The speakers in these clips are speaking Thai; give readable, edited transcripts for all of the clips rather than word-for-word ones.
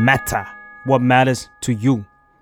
matter what matters to you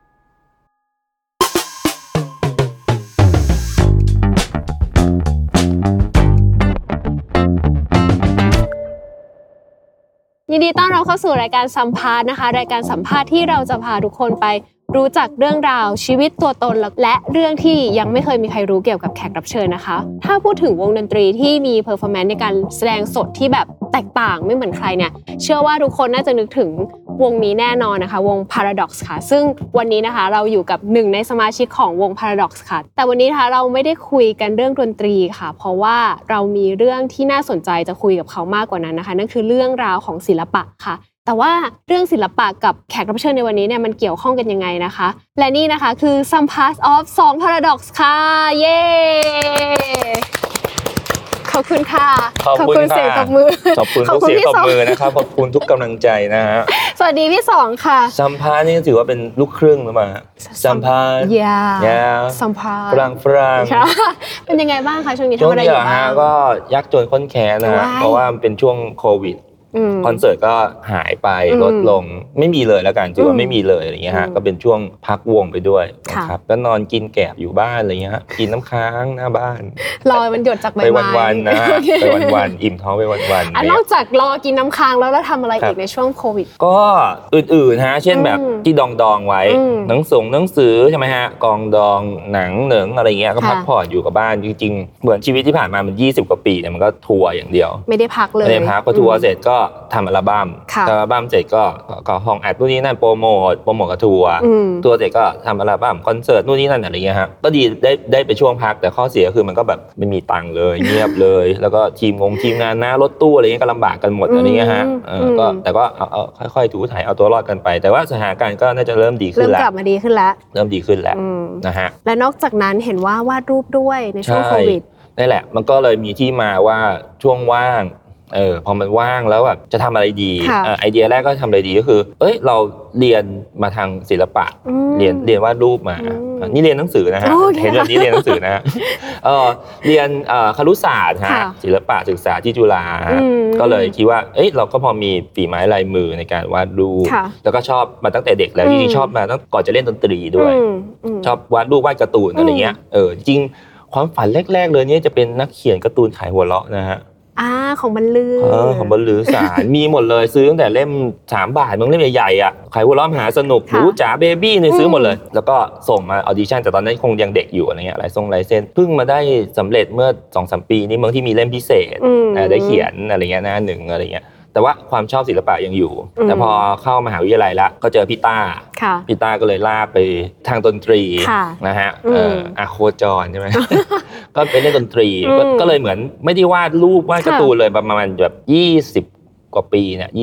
ยินดีต้อนรับเข้าสู่รายการสัมภาษณ์นะคะรายการสัมภาษณ์ที่เราจะพาทุกคนไปรู้จักเรื่องราวชีวิตตัวตนและเรื่องที่ยังไม่เคยมีใครรู้เกี่ยวกับแขกรับเชิญนะคะถ้าพูดถึงวงดนตรีที่มีเพอร์ฟอร์แมนซ์ในการแสดงสดที่แบบแตกต่างไม่เหมือนใครเนี่ยเชื่อว่าทุกคนน่าจะนึกถึงวงนี้แน่นอนนะคะวง Paradox ค่ะซึ่งวันนี้นะคะเราอยู่กับหนึ่งในสมาชิกของวง Paradox ค่ะแต่วันนี้นะคะเราไม่ได้คุยกันเรื่องดนตรีค่ะเพราะว่าเรามีเรื่องที่น่าสนใจจะคุยกับเขามากกว่านั้นนะคะนั่นคือเรื่องราวของศิลปะค่ะแต่ว่าเรื่องศิลปะกับแขกรับเชิญในวันนี้เนี่ยมันเกี่ยวข้องกันยังไงนะคะและนี่นะคะคือ Some Parts of 2 Paradox ค่ะเย้ขอบคุณค่ะขอบคุณเสียงตบมือขอบคุณทุกเสียงตบมือนะครับขอบคุณทุกกำลังใจนะฮะสวัสดีพี่สองค่ะซัมพานี่ถือว่าเป็นลูกครึ่งหรือเปล่าซัมพาซัมพาฝรั่งเป็นยังไงบ้างคะช่วงนี้ทำอะไรอยู่บ้างก็ยากจนข้นแค้นนะฮะเพราะว่าเป็นช่วงโควิดคอนเสิร์ตก็หายไปลดลงไม่มีเลยแล้วกันถือว่าไม่มีเลยอะไรเงี้ยฮะก็เป็นช่วงพักวงไปด้วยนะครับก็นอนกินแกบอยู่บ้านอะไรเงี้ยกินน้ำค้างหน้าบ้านรอมันหยดจากใบไม้ไปวันๆนะไปวันๆอิ่มท้องไปวันๆนอกจากรอกินน้ำค้างแล้วทำอะไรอีกในช่วงโควิดก็อื่นๆฮะเช่นแบบที่ดองไว้หนังสือใช่ไหมฮะกองดองหนังเหนิงอะไรเงี้ยก็พักผ่อนอยู่กับบ้านจริงๆเหมือนชีวิตที่ผ่านมามัน20กว่าปีเนี่ยมันก็ทัวร์อย่างเดียวไม่ได้พักเลยไม่ได้พักพอทัวร์เสร็จก็ทำอัลบั้มเสร็จก็ห้องอัดนู่นนี่นั่นโปรโมทกับทัวร์เสร็จก็ทำอัลบั้มคอนเสิร์ตนู่นนี่นั่นอะไรเงี้ยฮะก็ดีได้ไปช่วงพักแต่ข้อเสียคือมันก็แบบไม่มีตังค์เลยเงียบเลยแล้วก็ทีมงานนะรถตู้อะไรเงี้ยก็ลำบากกันหมดอะไรเงี้ยฮะก็แต่ก็เอาค่อยๆถูถ่ายเอาตัวรอดกันไปแต่ว่าสถานการณ์ก็น่าจะเริ่มดีขึ้นแล้วกลับมาดีขึ้นแล้วเริ่มดีขึ้นแล้วนะฮะและนอกจากนั้นเห็นว่าวาดรูปด้วยในช่วงโควิดนั่นแหละมันก็เลยมีที่มาว่าช่วงว่างพอมันว่างแล้วแบบจะทำอะไรดีไอเดียแรกก็ทำอะไรดีก็คือเราเรียนมาทางศิลปะเรียนวาดรูปมานี่เรียนหนังสือนะฮะเห็นแบบนี้เรียนหนังสือนะเรียนครุศาสตร์ฮะศิลปะศึกษาที่จุฬาก็เลยคิดว่าเราก็พอมีฝีไม้ลายมือในการวาดรูปแล้วก็ชอบมาตั้งแต่เด็กแล้วจริงๆชอบมาตั้งก่อนจะเล่นดนตรีด้วยชอบวาดรูปวาดการ์ตูนอะไรเงี้ยจริงความฝันแรกๆเลยเนี่ยจะเป็นนักเขียนการ์ตูนขายหัวเราะนะฮะของบรรลือของบรรลือสารมีหมดเลยซื้อตั้งแต่เล่ม3 บาทบางเล่มใหญ่ๆอ่ะขายหัวเราะมหาสนุกหนูจ๋าเบบี้เนี่ยซื้อหมดเลยแล้วก็ส่งมาออดิชั่นแต่ตอนนั้นคงยังเด็กอยู่อะไรเงี้ยลายเส้นเพิ่งมาได้สำเร็จเมื่อ 2-3 ปีนี้บางที่มีเล่มพิเศษได้เขียนอะไรเงี้ยหน้าหนึ่งอะไรเงี้ยแต่ว่าความชอบศิลปะยังอยู่แต่พอเข้ามหาวิทยาลัยแล้วก็เจอพี่ต้าก็เลยลากไปทางดนตรีนะฮะโคจรใช่ไหม ก็ไปเล่นดนตรีก็เลยเหมือนไม่ได้วาดรูปวาดการ์ตูนเลยประมาณแบบ20 กว่าปีเนี่ย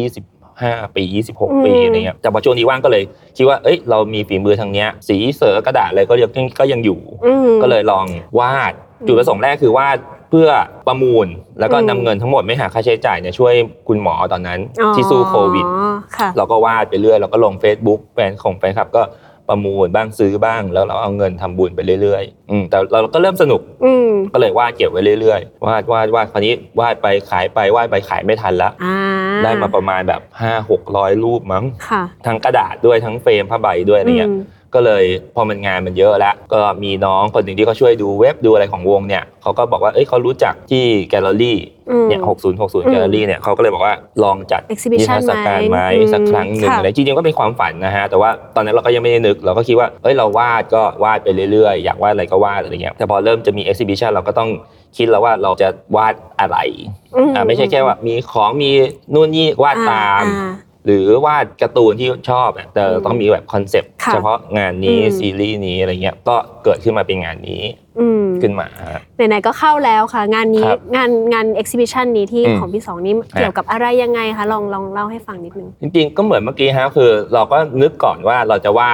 25 ปี26 ปีอะไรเงี้ยแต่พอช่วงนี้ว่างก็เลยคิดว่าเรามีฝีมือทางเนี้ยสีเสือกระดาษอะไรก็ยังอยู่ก็เลยลองวาดจุดประสงค์แรกคือวาดเพื่อประมูลแล้วก็นำเงินทั้งหมดไม่หักค่าใช้จ่ายเนี่ยช่วยคุณหมอตอนนั้นที่สู้โควิดเราก็วาดไปเรื่อยเราก็ลง Facebook แฟนคลับก็ประมูลบ้างซื้อบ้างแล้วเราเอาเงินทำบุญไปเรื่อยๆแต่เราก็เริ่มสนุกก็เลยวาดเก็บไว้เรื่อยๆวาดคราวนี้วาดไปขายไปวาดไปขายไม่ทันแล้วได้มาประมาณแบบ 500-600 รูปมั้งทั้งกระดาษด้วยทั้งเฟรมผ้าใบด้วยอะไรเงี้ยก็เลยพอมันงานมันเยอะแล้วก็มีน้องคนหนึ่งที่เขาช่วยดูเว็บดูอะไรของวงเนี่ยเขาก็บอกว่าเขารู้จักที่แกลเลอรี่เนี่ย60แกลเลอรี่เนี่ยเขาก็เลยบอกว่าลองจัดนิทรรศการไหมสักครั้งหนึ่งอะไรจริงๆก็เป็นความฝันนะฮะแต่ว่าตอนนั้นเราก็ยังไม่ได้นึกเราก็คิดว่าเราวาดก็วาดไปเรื่อยๆอยากวาดอะไรก็วาดอะไรเงี้ยแต่พอเริ่มจะมี exhibition เราก็ต้องคิดแล้วว่าเราจะวาดอะไรไม่ใช่แค่ว่ามีของมีนู่นนี่วาดตามหรือวาดการ์ตูนที่ชอบแต่ต้องมีแบบคอนเซปต์เฉพาะงานนี้ซีรีส์นี้อะไรเงี้ยก็เกิดขึ้นมาเป็นงานนี้ขึ้นมาไหนๆก็เข้าแล้วค่ะงานนี้งาน exhibition นี้ที่ของพี่สองนี่เกี่ยวกับอะไรยังไงคะลองเล่าให้ฟังนิดนึงจริงๆก็เหมือนเมื่อกี้ฮะคือเราก็นึกก่อนว่าเราจะวาด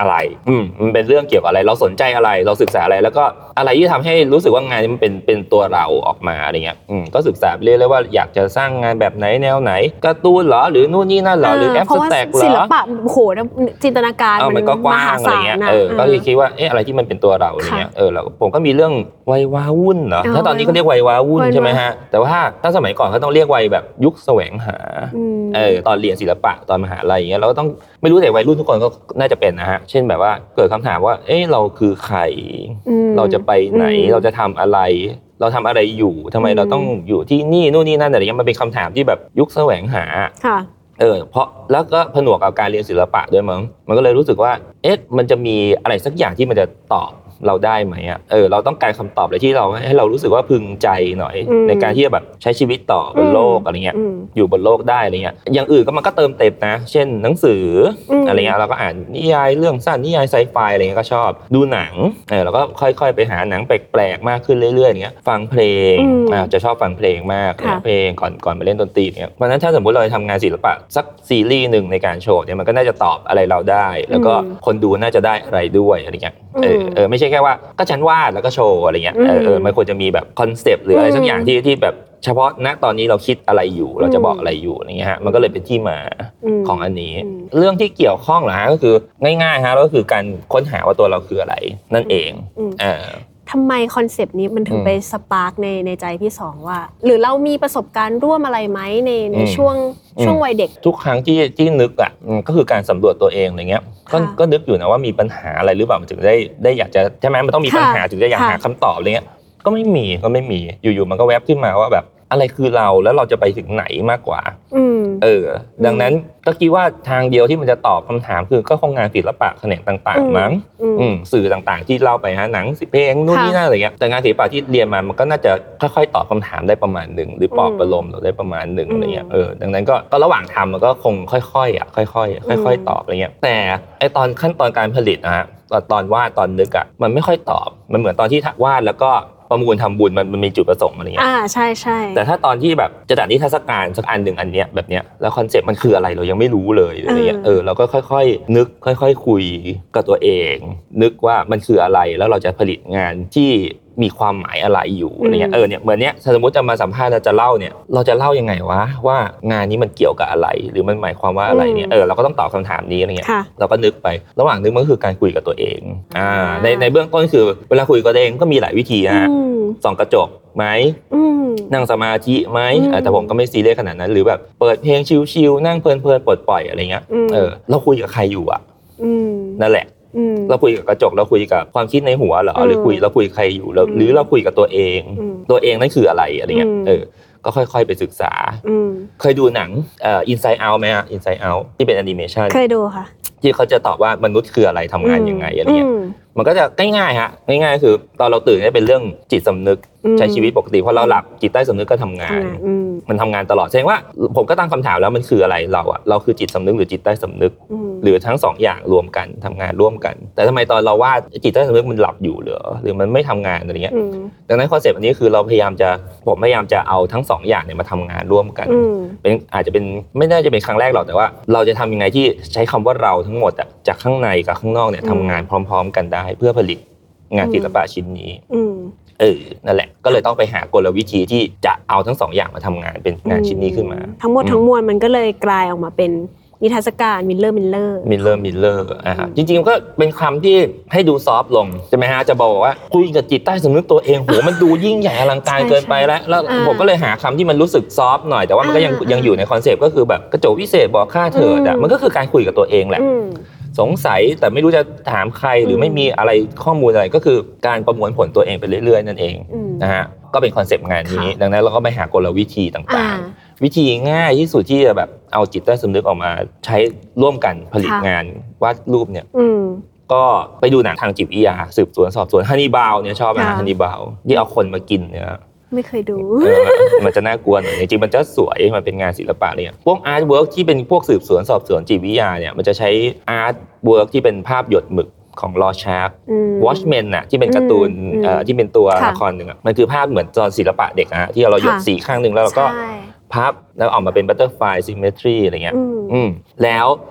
อะไรมันเป็นเรื่องเกี่ยวกับอะไรเราสนใจอะไรเราศึกษาอะไรแล้วก็อะไรที่ทำให้รู้สึกว่างานนี้มันเป็นตัวเราออกมาอะไรเงี้ยก็ศึกษาเรื่อยๆว่าอยากจะสร้างงานแบบไหนแนวไหนการ์ตูนเหรอหรือนู่นนี่นั่นเหรอหรือแอปสแต็กเหรอศิลปะโหจินตนาการมันก็กว้างอะไรเงี้ยก็คิดว่าอะไรที่มันเป็นตัวเราอะไรเงี้ยแล้วผมก็มีเรื่องวัยว้าวุ่นเนาะถ้าตอนนี้เขาเรียกวัยว้าวุ่นใช่ไหมฮะแต่ว่าถ้าสมัยก่อนเขาต้องเรียกวัยแบบยุคแสวงหาตอนเรียนศิลปะตอนมหาลัยอย่างเงี้ยเราก็ต้องไม่รู้แต่วัยรุ่นทุกคนก็น่าจะเป็นนะฮะเช่นแบบว่าเกิดคำถามว่าเราคือใครเราจะไปไหนเราจะทำอะไรเราทำอะไรอยู่ทำไมเราต้องอยู่ที่นี่นู่นนี่นั่นอะไรเงี้ยมันเป็นคำถามที่แบบยุคแสวงหาเพราะแล้วก็ผนวกกับการเรียนศิลปะด้วยมั้งมันก็เลยรู้สึกว่ามันจะมีอะไรสักอย่างที่มันจะตอบเราได้ไหมเราต้องการคำตอบอะไรที่เราให้เรารู้สึกว่าพึงใจหน่อยในการที่จะแบบใช้ชีวิตต่อบนโลกอะไรเงี้ยอยู่บนโลกได้อะไรเงี้ยอย่างอื่นก็มันก็เติมเต็มนะเช่นหนังสืออะไรเงี้ยเราก็อ่านนิยายเรื่องสั้นนิยายไซไฟอะไรเงี้ยก็ชอบดูหนังเราก็ค่อยๆไปหาหนังแปลกๆมากขึ้นเรื่อยๆอย่างเงี้ยฟังเพลงจะชอบฟังเพลงมากเพลงก่อนมาเล่นดนตรีเนี่ยเพราะฉะนั้นถ้าสมมติเราทำงานศิลปะสักซีรีส์นึงในการโชว์เนี่ยมันก็น่าจะตอบอะไรเราได้แล้วก็คนดูน่าจะได้อะไรด้วยอะไรเงี้ยไม่ใช่แค่ว่าก็ฉันวาดแล้วก็โชว์อะไรเงี้ยมันควรจะมีแบบคอนเซปต์หรืออะไรสักอย่างที่แบบเฉพาะณตอนนี้เราคิดอะไรอยู่เราจะบอกอะไรอยู่อย่างเงี้ยฮะมันก็เลยเป็นที่มาของอันนี้เรื่องที่เกี่ยวข้องเหรอฮะก็คือง่ายๆฮะก็คือการค้นหาว่าตัวเราคืออะไรนั่นเองทำไมคอนเซปต์นี้มันถึงไปสปาร์กในใจพี่สองว่าหรือเรามีประสบการณ์ร่วมอะไรไหมในช่วงวัยเด็กทุกครั้งที่นึกก็คือการสำรวจตัวเองอะไรเงี้ยก็นึกอยู่นะว่ามีปัญหาอะไรหรือเปล่าถึงได้อยากจะใช่ไหมมันต้องมีปัญหาถึงจะอยากหาคำตอบอะไรเงี้ยก็ไม่มีอยู่ๆมันก็แวบขึ้นมาว่าแบบอะไรคือเราแล้วเราจะไปถึงไหนมากกว่าดังนั้นก็คิดว่าทางเดียวที่มันจะตอบคำถามคือก็คงงานศิลปะแขนงต่างๆมั้งสื่อต่างๆที่เล่าไปฮะหนังเพลงนู่นนี่นั่นอะไรเงี้ยแต่งานศิลปะที่เรียนมามันก็น่าจะค่อยๆตอบคำถามได้ประมาณนึงหรือปลอบประโลมเราได้ประมาณนึงอะไรเงี้ยดังนั้นก็ระหว่างทำมันก็คงค่อยๆตอบอะไรเงี้ยแต่ไอตอนขั้นตอนการผลิตนะฮะตอนวาดตอนนึกมันไม่ค่อยตอบมันเหมือนตอนที่วาดแล้วก็ประมูลทำบุญมันมีจุดประสงค์อะไรเงี้ยใช่แต่ถ้าตอนที่แบบจะจัดนิทรรศการสักอันหนึ่งอันเนี้ยแบบเนี้ยแล้วคอนเซ็ปต์มันคืออะไรเรายังไม่รู้เลยอะไรเงี้ยเราก็ค่อยๆนึกค่อยๆคุยกับตัวเองนึกว่ามันคืออะไรแล้วเราจะผลิตงานที่มีความหมายอะไรอยู่อะไรเงี้ยเนี่ยเหมือนเนี้ยสมมติจะมาสัมภาษณ์เราจะเล่าเนี่ยเราจะเล่ายังไงวะว่างานนี้มันเกี่ยวกับอะไรหรือมันหมายความว่าอะไรเนี่ยเราก็ต้องตอบคำถามนี้อะไรเงี้ยเราก็นึกไประหว่างนึกมันก็คือการคุยกับตัวเองในเบื้องต้นคือเวลาคุยกับตัวเองก็มีหลายวิธีนะส่องกระจกไหมนั่งสมาธิไหมแต่ผมก็ไม่ซีเรียสขนาดนั้นหรือแบบเปิดเพลงชิลๆนั่งเพลินๆปลดปล่อยอะไรเงี้ยเราคุยกับใครอยู่นั่นแหละเราคุยกับกระจกเราคุยกับความคิดในหัวเหรอหรือเราคุยกับใครอยู่หรือเราคุยกับตัวเองนั่นคืออะไรอะไรเงี้ยก็ค่อยๆไปศึกษาเคยดูหนังInside Out ไหมInside Out ที่เป็นแอนิเมชันเคยดูค่ะที่เขาจะตอบว่ามนุษย์คืออะไรทำงานยังไงอะไรเงี้ยมันก็จะง่ายๆฮะง่ายๆคือตอนเราตื่นเนี่ยเป็นเรื่องจิตสำนึกใช้ชีวิตปกติพอเราหลับจิตใต้สำนึกก็ทำงานมันทำงานตลอดแสดงว่าผมก็ตั้งคำถามแล้วมันคืออะไรเราคือจิตสำนึกหรือจิตใต้สำนึกหรือทั้งสองอย่างรวมกันทำงานร่วมกันแต่ทำไมตอนเราวาดจิตใต้สำนึกมันหลับอยู่หรือมันไม่ทำงานอะไรเงี้ยดังนั้นคอนเซปต์อันนี้คือผมพยายามจะเอาทั้งสองอย่างเนี่ยมาทำงานร่วมกันเป็นอาจจะเป็นไม่น่าจะเป็นครั้งแรกหรอกแต่ว่าเราจะทำยังไงที่ใช้คำว่าเราทั้งหมดจากข้างในกับข้างนอกเนี่ยทำงานพร้อมๆกันได้เพื่อผลิตงานศิลปะชิ้นนี้นั่นแหละก็เลยต้องไปหากลวิธีที่จะเอาทั้งสองอย่างมาทำงานเป็นงานชิ้นนี้ขึ้นมาทั้งหมดทั้งมวลมันก็เลยกลายออกมาเป็นนิทรรศการมิลเลอร์จริงๆก็เป็นคำที่ให้ดูซอฟต์ลงใช่ไหมฮะจะบอกว่าคุยกับจิตใต้สำนึกตัวเองโหมันดูยิ่งใหญ่อลังการเกินไปแล้วผมก็เลยหาคำที่มันรู้สึกซอฟต์หน่อยแต่ว่ามันก็ยังอยู่ในคอนเซปต์ก็คือแบบกระจกวิเศษบอกค่าเถิดมันก็คือการคุยกับตัวเองแหละสงสัยแต่ไม่รู้จะถามใครหรือไม่มีอะไรข้อมูลอะไรก็คือการประมวลผลตัวเองไปเรื่อยๆนั่นเองนะฮะก็เป็นคอนเซปต์งานนี้ดังนั้นเราก็ไปหากลวิธีต่างๆวิธีง่ายที่สุดที่จะแบบเอาจิตใต้สำนึกออกมาใช้ร่วมกันผลิตงานวาดรูปเนี่ยก็ไปดูหนังทางจิตวิทยาสืบสวนสอบสวนฮันนีบาลเนี่ยชอบไหมฮันนีบาลที่เอาคนมากินเนี่ยไม่เคยดูมันจะน่ากลัวหน่อยจริงๆมันจะสวยมันเป็นงานศิลปะเนี่ยพวกอาร์ตเวิร์กที่เป็นพวกสืบสวนสอบสวนจิตวิทยาเนี่ยมันจะใช้อาร์ตเวิร์กที่เป็นภาพหยดหมึกของลอชาร์กWatchmen น่ะที่เป็นการ์ตูนที่เป็นตัวละครนึงมันคือภาพเหมือนตอนศิลปะเด็กนะที่เราหยดสีข้างนึงแล้วเราก็พับแล้วออกมาเป็น butterfly symmetry อะไรเงี้ยแล้ว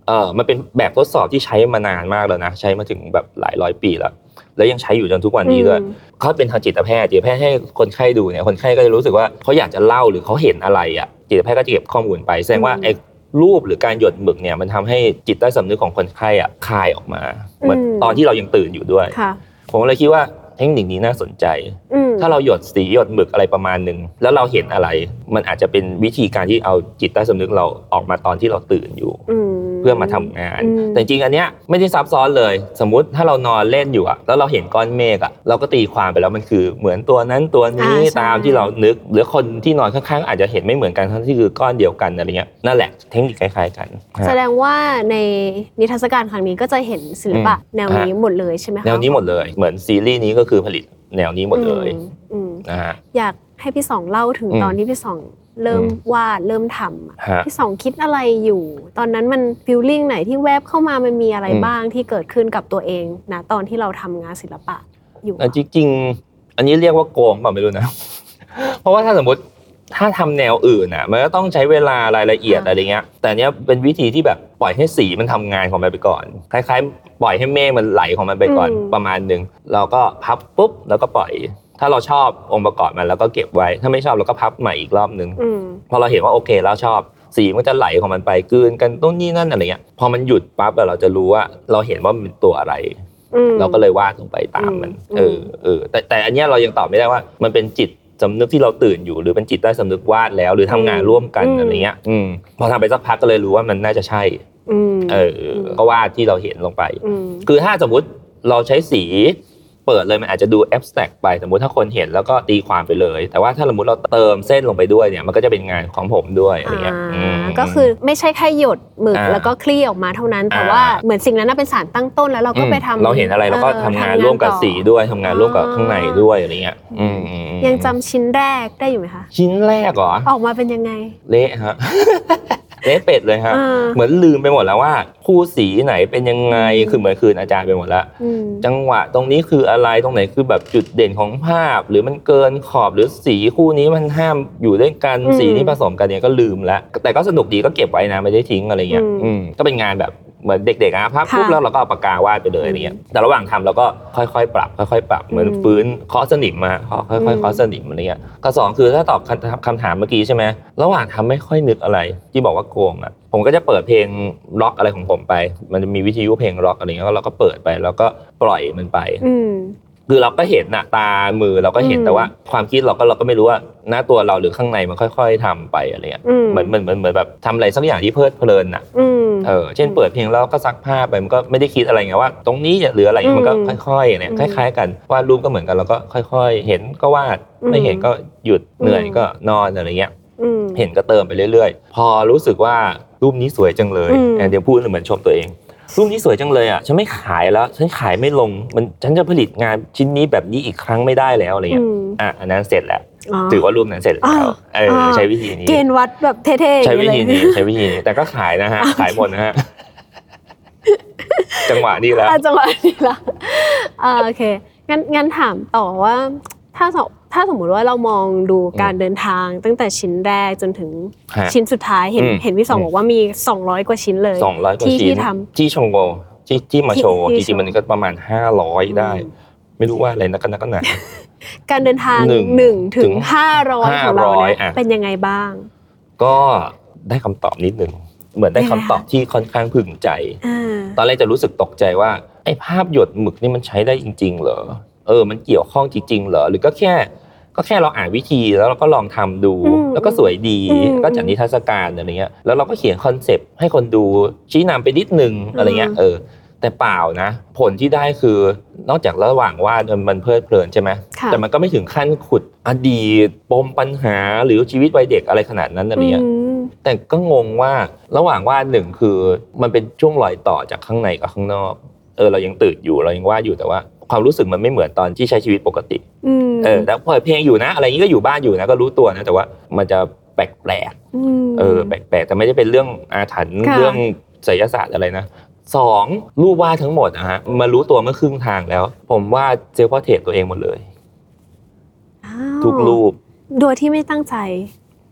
มันเป็นแบบทดสอบที่ใช้มานานมากแล้วนะใช้มาถึงแบบหลายร้อยปีแล้วยังใช้อยู่จนทุกวันนี้ด้วยเขาเป็นทางจิตแพทย์ให้คนไข้ดูเนี่ยคนไข้ก็จะรู้สึกว่าเขาอยากจะเล่าหรือเขาเห็นอะไรอ่ะจิตแพทย์ก็จะเก็บข้อมูลไปแสดงว่าไอ้รูปหรือการหยดหมึกเนี่ยมันทำให้จิตใต้สำนึกของคนไข้อ่ะคลายออกมาเหมือนตอนที่เรายังตื่นอยู่ด้วยผมเลยคิดว่าเทคนิคนี้น่าสนใจถ้าเราหยดสีหยดหมึกอะไรประมาณนึงแล้วเราเห็นอะไรมันอาจจะเป็นวิธีการที่เอาจิตใต้สำนึกเราออกมาตอนที่เราตื่นอยู่เพื่อมาทำงานแต่จริงอันเนี้ยไม่ได้ซับซ้อนเลยสมมุติถ้าเรานอนเล่นอยู่อะแล้วเราเห็นก้อนเมฆอะเราก็ตีความไปแล้วมันคือเหมือนตัวนั้นตัวนี้ตามที่เรานึกหรือคนที่นอนข้างๆอาจจะเห็นไม่เหมือนกันทั้งที่คือก้อนเดียวกันอะไรเงี้ยนั่นแหละเทคนิคคล้ายๆกันแสดงว่าในนิทรรศการครั้งนี้ก็จะเห็นศิลปะแนวนี้หมดเลยใช่ไหมคะแนวนี้หมดเลยเหมือนซีรีส์นี้ก็คือผลิตแนวนี้หมดเลยนะฮะอยากให้พี่สองเล่าถึงตอนที่พี่สองเริ่มวาดเริ่มทำพี่สองคิดอะไรอยู่ตอนนั้นมันฟีลลิ่งไหนที่แวบเข้ามามันมีอะไรบ้างที่เกิดขึ้นกับตัวเองนะตอนที่เราทำงานศิลปะอยู่จริงๆอันนี้เรียกว่าโกงเปล่าไม่รู้นะ เพราะว่าถ้าสมมติถ้าทำแนวอื่นอ่ะมันก็ต้องใช้เวลารายละเอียดอะไรเงี้ยแต่เนี้ยเป็นวิธีที่แบบปล่อยให้สีมันทำงานของมันไปก่อนคล้ายๆปล่อยให้เมฆมันไหลของมันไปก่อนประมาณนึงเราก็พับปุ๊บแล้วก็ปล่อยถ้าเราชอบองค์ประกอบมันแล้วก็เก็บไว้ถ้าไม่ชอบเราก็พับใหม่อีกรอบนึงพอเราเห็นว่าโอเคแล้วชอบสีมันจะไหลของมันไปกลืนกันต้นนี่นั่นอะไรเงี้ยพอมันหยุดปั๊บเราจะรู้ว่าเราเห็นว่ามันเป็นตัวอะไรเราก็เลยวาดลงไปตามมันแต่อันเนี้ยเรายังตอบไม่ได้ว่ามันเป็นจิตสำนึกที่เราตื่นอยู่หรือเป็นจิตใต้สำนึกวาดแล้วหรือทำงานร่วมกันอะไรเงี้ยพอทำไปสักพักก็เลยรู้ว่ามันน่าจะใช่ก็วาดที่เราเห็นลงไปคือถ้าสมมติเราใช้สีเปิดเลยมันอาจจะดูแอบสแตรกไปสมมุติถ้าคนเห็นแล้วก็ตีความไปเลยแต่ว่าถ้าสมมติเราเติมเส้นลงไปด้วยเนี่ยมันก็จะเป็นงานของผมด้วยอะไรเงี้ยก็คือไม่ใช่แค่หยดหมึกแล้วก็คลี่ออกมาเท่านั้นแต่ว่าเหมือนสิ่งนั้นเป็นสารตั้งต้นแล้วเราก็ไปทำเราเห็นอะไรเราก็ทำงานร่วมกับสีด้วยทำงานร่วมกับข้างในด้วยอะไรเงี้ยยังจำชิ้นแรกได้อยู่ไหมคะชิ้นแรกเหรอออกมาเป็นยังไงเละฮะเละเป็ดเลยฮะเหมือนลืมไปหมดแล้วว่าคู่สีไหนเป็นยังไงคือเหมือนคืนอาจารย์ไปหมดแล้วจังหวะตรงนี้คืออะไรตรงไหนคือแบบจุดเด่นของภาพหรือมันเกินขอบหรือสีคู่นี้มันห้ามอยู่ด้วยกันสีนี้ผสมกันเนี่ยก็ลืมแล้วแต่ก็สนุกดีก็เก็บไว้นะไม่ได้ทิ้งอะไรเงี้ยก็เป็นงานแบบเหมือนเด็กๆพับปุ๊บแล้วเราก็เอาปากกาวาดไปเลยอะไรเงี้ยแต่ระหว่างทำเราก็ค่อยๆปรับค่อยๆปรับเหมือนฟื้นเคาะสนิมมาค่อยๆเคาะสนิมอะไรเงี้ยก็สองคือถ้าตอบคำถามเมื่อกี้ใช่ไหมระหว่างทำไม่ค่อยนึกอะไรที่บอกว่าโกงอ่ะผมก็จะเปิดเพลงร็อกอะไรของผมไปมันจะมีวิทยุเพลงร็อกอะไรเงี้ยเราก็เปิดไปแล้วก็ปล่อยมันไปคือเราก็เห็นน่ะตามือเราก็เห็นแต่ว่าความคิดเราก็ไม่รู้ว่าหน้าตัวเราหรือข้างในมันค่อยๆทำไปอะไรเงี้ยเหมือนแบบทำอะไรสักอย่างที่เพลิดเพลินน่ะเช่นเปิดเพลงแล้วก็ซักผ้าไปมันก็ไม่ได้คิดอะไรไงว่าตรงนี้จะเหลืออะไรมันก็ค่อยๆเนี่ยคล้ายๆกันวาดรูปก็เหมือนกันเราก็ค่อยๆเห็นก็วาดไม่เห็นก็หยุดเหนื่อยก็นอนอะไรเงี้ยเห็นก็เติมไปเรื่อยๆพอรู้สึกว่ารูปนี้สวยจังเลยเดี๋ยวพูดเหมือนชมตัวเองรูปนี้สวยจังเลยอ่ะฉันไม่ขายแล้วฉันขายไม่ลงฉันจะผลิตงานชิ้นนี้แบบนี้อีกครั้งไม่ได้แล้วอะไรเงี้ยอันนั้นเสร็จแล้วถือว่ารูปนั้นเสร็จแล้วใช้วิธีนี้เกณฑ์วัดแบบเท่ๆใช้วิธีนี้แต่ก็ขายนะฮะขายหมดนะฮะจังหวะนี้แล้วจังหวะนี้แล้วโอเคงั้นถามต่อว่าถ้าสมมุติว่าเรามองดูการเดินทางตั้งแต่ชิ้นแรกจนถึงชิ้นสุดท้ายเห็นพี่สองบอกว่ามี200กว่าชิ้นเลย 200กว่าชิ้นที่ทำที่ชงโกที่มาโชว์จริงๆมันก็ประมาณ500ได้ไม่รู้ว่าอะไรนักหนาการเดินทาง1ถึง500ของเราเนี่ยเป็นยังไงบ้างก็ได้คำตอบนิดนึงเหมือนได้คำตอบที่ค่อนข้างพึงใจตอนแรกจะรู้สึกตกใจว่าไอ้ภาพหยดหมึกนี่มันใช้ได้จริงๆเหรอมันเกี่ยวข้องจริงๆเหรอหรือก็แค่เราอ่านวิธีแล้วเราก็ลองทำดูแล้วก็สวยดีก็จัดนิทรรศการอะไรเงี้ยแล้วเราก็เขียนคอนเซปต์ให้คนดูชี้นำไปนิดนึงอะไรเงี้ยแต่เปล่านะผลที่ได้คือนอกจากระหว่างวาดมันเพลิดเพลินใช่ไหมแต่มันก็ไม่ถึงขั้นขุดอดีตปมปัญหาหรือชีวิตวัยเด็กอะไรขนาดนั้นอะไรเงี้ยแต่ก็งงว่าระหว่างวาดหนึ่งคือมันเป็นช่วงรอยต่อจากข้างในกับข้างนอกเรายังตื่นอยู่เรายังวาดอยู่แต่ว่าความรู้สึกมันไม่เหมือนตอนที่ใช้ชีวิตปกติแล้วเปิดเพลงอยู่นะอะไรอย่างนี้ก็อยู่บ้านอยู่นะก็รู้ตัวนะแต่ว่ามันจะแปลกแปลกแปลกแต่ไม่ได้เป็นเรื่องอาถรรพ์เรื่องไสยศาสตร์อะไรนะ2รูปวาดทั้งหมดนะฮะมารู้ตัวเมื่อครึ่งทางแล้วผมวาดเซลฟ์พอร์เทรตตัวเองหมดเลยทุกรูปโดยที่ไม่ตั้งใจ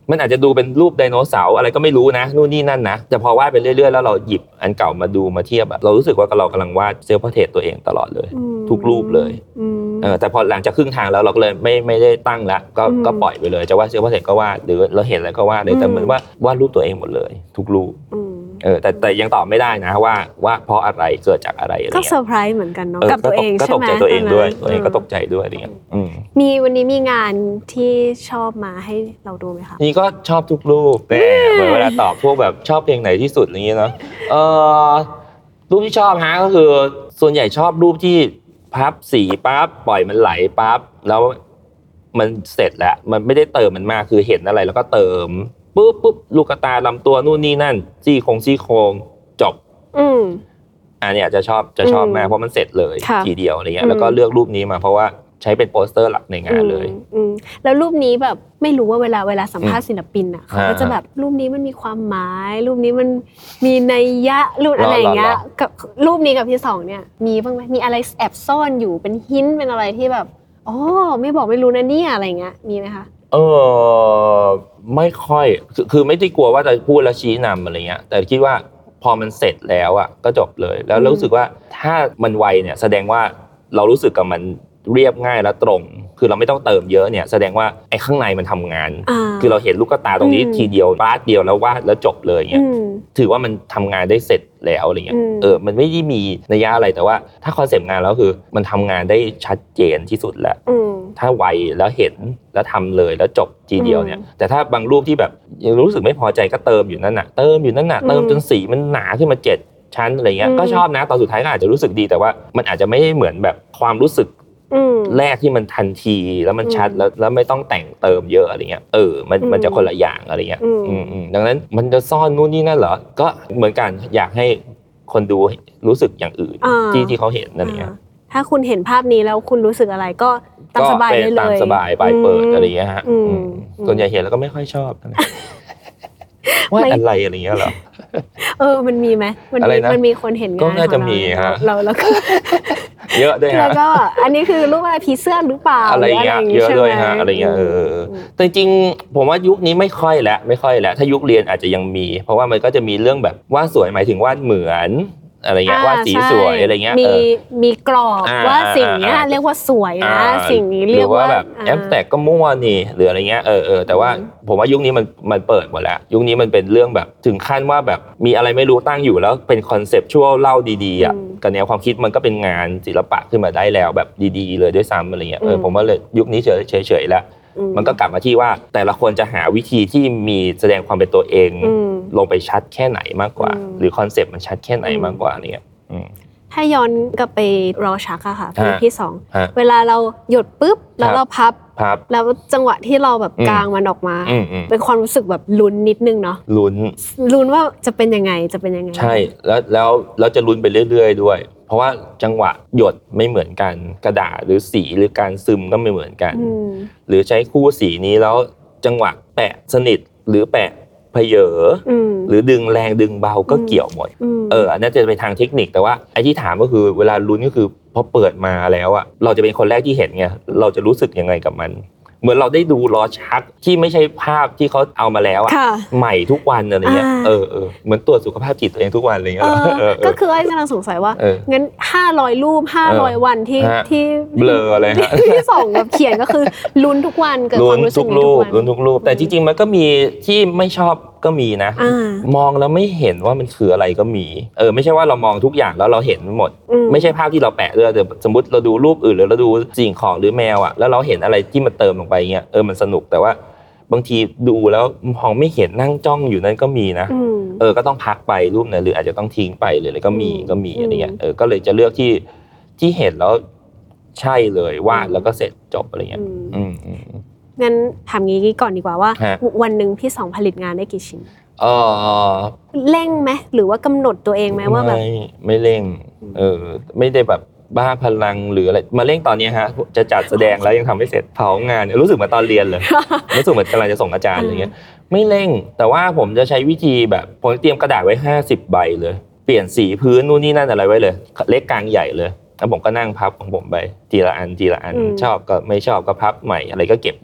มันอาจจะดูเป็นรูปไดโนเสาร์อะไรก็ไม่รู้นะนู่นนี่นั่นนะแต่พอวาดไปเรื่อยๆแล้วเราหยิบอันเก่ามาดูมาเทียบเรารู้สึกว่าเรากำลังวาดเซลฟ์พอร์เทรตตัวเองตลอดเลยทุกรูปเลยแต่พอหลังจากครึ่งทางแล้วเราก็เลยไม่ได้ตั้งละก็ปล่อยไปเลยจะวาดเซลฟ์พอร์เทรตก็วาดหรือเราเห็นอะไรก็วาดเลยแต่เหมือนว่าวาดรูปตัวเองหมดเลยทุกรูปแต่ยังตอบไม่ได้นะว่าเพราะอะไรเกิดจากอะไรอะไรก็เซอร์ไพรส์เหมือนกันเนาะกับตัวเองใช่ไหมก็ตกใจตัวเองด้วยตัวเองก็ตกใจด้วยอะไรเงี้ยมีวันนี้มีงานที่ชอบมาให้เราดูไหมคะนี่ก็ชอบทุกรูปแต่เหมือนเวลาตอบพวกแบบชอบเพลงไหนที่สุดอะไรเงี้ยเนาะรูปที่ชอบฮะก็คือส่วนใหญ่ชอบรูปที่พับสีปั๊บปล่อยมันไหลปั๊บแล้วมันเสร็จแล้วมันไม่ได้เติมมันมากคือเห็นอะไรแล้วก็เติมปุ๊บลูกตาลำตัวนู่นนี่นั่นซี่โครงจบอันนี้จะชอบมากเพราะมันเสร็จเลยทีเดียวอะไรเงี้ยแล้วก็เลือกรูปนี้มาเพราะว่าใช้เป็นโปสเตอร์หลักในงานเลยแล้วรูปนี้แบบไม่รู้ว่าเวลาสัมภาษณ์ศิลปินอ่ะเขาก็จะแบบรูปนี้มันมีความหมายรูปนี้มันมีนัยยะรูปอะไรอย่างเงี้ยกับรูปนี้กับพี่สองเนี่ยมีบ้างไหมมีอะไรแอบซ่อนอยู่เป็นหินเป็นอะไรที่แบบอ๋อไม่บอกไม่รู้นะเนี่ยอะไรเงี้ยมีไหมคะไม่ค่อยคือไม่ได้กลัวว่าจะพูดแล้วชี้นำอะไรเงี้ยแต่คิดว่าพอมันเสร็จแล้วอ่ะก็จบเลยแล้วรู้สึกว่าถ้ามันไวเนี่ยแสดงว่าเรารู้สึกกับมันเรียบง่ายและตรงคือเราไม่ต้องเติมเยอะเนี่ยแสดงว่าไอ้ข้างในมันทำงานคือเราเห็นลูกตาตรงนี้ทีเดียววาดเดียวแล้ววาดแล้วจบเลยเงี้ยถือว่ามันทำงานได้เสร็จแล้วอะไรเงี้ยมันไม่ได้มีนัยยะอะไรแต่ว่าถ้าคอนเซปต์งานแล้วคือมันทำงานได้ชัดเจนที่สุดแล้วถ้าไวแล้วเห็นแล้วทำเลยแล้วจบทีเดียวเนี่ยแต่ถ้าบางรูปที่แบบยังรู้สึกไม่พอใจก็เติมอยู่นั่นน่ะเติมจนสีมันหนาขึ้นมา7ชั้นอะไรเงี้ยก็ชอบนะตอนสุดท้ายก็อาจจะรู้สึกดีแต่ว่ามันอาจจะไม่เหมือนแบบความรู้สึกแรกที่มันทันทีแล้วมันชัดแล้วไม่ต้องแต่งเติมเยอะอะไรเงี้ยมันจะคนละอย่างอะไรเงี้ยดังนั้นมันจะซ่อนนู่นนี่นั่นเหรอก็เหมือนกันอยากให้คนดูรู้สึกอย่างอื่นที่เขาเห็นนั่นเงี้ยถ้าคุณเห็นภาพนี้แล้วคุณรู้สึกอะไรก็ตามสบายได้เลยตามสบายปลายเปิดอะไรเงี้ยฮะส่วนใหญ่เห็นแล้วก็ไม่ค่อยชอบว่าอะไรเงี้ยเหรอมันมีไหมมันมีคนเห็นงานก็น่าจะมีฮะแล้วก็เยอะด้วยฮะแล้วก็อันนี้คือรูปอะไรผีเสื้อหรือเปล่าอะไรเงี้ยเยอะด้วยฮะอะไรเงี้ยแต่จริงๆผมว่ายุคนี้ไม่ค่อยแล้วถ้ายุคเรียนอาจจะยังมีเพราะว่ามันก็จะมีเรื่องแบบวาดสวยหมายถึงวาดเหมือนอะไรเงี้ยวาดสีสวยอะไรเงี้ยมีกรอบว่าสิ่งนี้เรียกว่าสวยนะสิ่งนี้เรียกว่าแบบแอปแตกก็มั่วนี่หรืออะไรเงี้ยแต่ว่าผมว่ายุคนี้มันเปิดหมดแล้วยุคนี้มันเป็นเรื่องแบบถึงขั้นว่าแบบมีอะไรไม่รู้ตั้งอยู่แล้วเป็นคอนเซปชวลเล่าดีๆอ่ะกับแนวความคิดมันก็เป็นงานศิลปะขึ้นมาได้แล้วแบบดีๆเลยด้วยซ้ำอะไรเงี้ยผมว่าเลยยุคนี้เฉยๆแล้วมันก็กลับมาที่ว่าแต่ละคนจะหาวิธีที่มีแสดงความเป็นตัวเองลงไปชัดแค่ไหนมากกว่าหรือคอนเซปต์มันชัดแค่ไหนมากกว่าเนี่ยถ้าย้อนกลับไปรอชักอะค่ะเพลงที่2เวลาเราหยดปุ๊บแล้วเราพับแล้วจังหวะที่เราแบบกางมันออกมาเป็นความรู้สึกแบบลุ้นนิดนึงเนาะลุ้นว่าจะเป็นยังไงใช่แล้วจะลุ้นไปเรื่อยๆด้วยเพราะว่าจังหวะหยดไม่เหมือนกันกระดาษหรือสีหรือการซึมก็ไม่เหมือนกันหรือใช้คู่สีนี้แล้วจังหวะแปะสนิทหรือแปะเพเยอหรือดึงแรงดึงเบาก็เกี่ยวหมดอันนั้นจะเป็นทางเทคนิคแต่ว่าไอ้ที่ถามก็คือเวลาลุ้นก็คือพอเปิดมาแล้วอ่ะเราจะเป็นคนแรกที่เห็นไงเราจะรู้สึกยังไงกับมันเหมือนเราได้ดูล้อชักที่ไม่ใช่ภาพที่เขาเอามาแล้วอ่ะใหม่ทุกวันอะไรเงี้ยเหมือนตรวจสุขภาพจิตตัวเองทุกวันอะไรเงี้ยก็คือไอ้กำลังสงสัยว่างั้น500รูป500วันที่เบลออะไรฮะที่2แบบเขียนก็คือลุ้นทุกวันเกิดความรู้สึกลุ้นทุกรูปแต่จริงๆมันก็มีที่ไม่ชอบก็มีนะมองแล้วไม่เห็นว่ามันคืออะไรก็มีไม่ใช่ว่าเรามองทุกอย่างแล้วเราเห็นหมดไม่ใช่ภาพที่เราแปะด้วยแต่สมมติเราดูรูปอื่นหรือเราดูสิ่งของหรือแมวอ่ะแล้วเราเห็นอะไรที่มันเติมลงไปเงี้ยมันสนุกแต่ว่าบางทีดูแล้วมองไม่เห็นนั่งจ้องอยู่นั่นก็มีนะก็ต้องพักไปรูปนั้นหรืออาจจะต้องทิ้งไปหรืออะไรก็มีอะไรเงี้ยก็เลยจะเลือกที่เห็นแล้วใช่เลยวาดแล้วก็เสร็จจบอะไรเงี้ยงั้นถามงี้ก่อนดีกว่าว่าวันนึงพี่สองผลิตงานได้กี่ชิ้นเร่งไหมหรือว่ากำหนดตัวเองไหมว่าแบบไม่เร่งไม่ได้แบบบ้าพลังหรืออะไรมาเร่งตอนนี้ฮะจะจัดแสดงแล้วยังทำไม่เสร็จเผางานรู้สึกเหมือนตอนเรียนเลยรู้สึกเหมือนกำลังจะส่งอาจารย์อะไรเงี้ยไม่เร่งแต่ว่าผมจะใช้วิธีแบบผมเตรียมกระดาษไว้50ใบเลยเปลี่ยนสีพื้นนู่นนี่นั่นอะไรไว้เลยเล็กกลางใหญ่เลยแล้วผมก็นั่งพับของผมไปทีละอันชอบก็ไม่ชอบก็พับใหม่อะไรก็เก็บไว้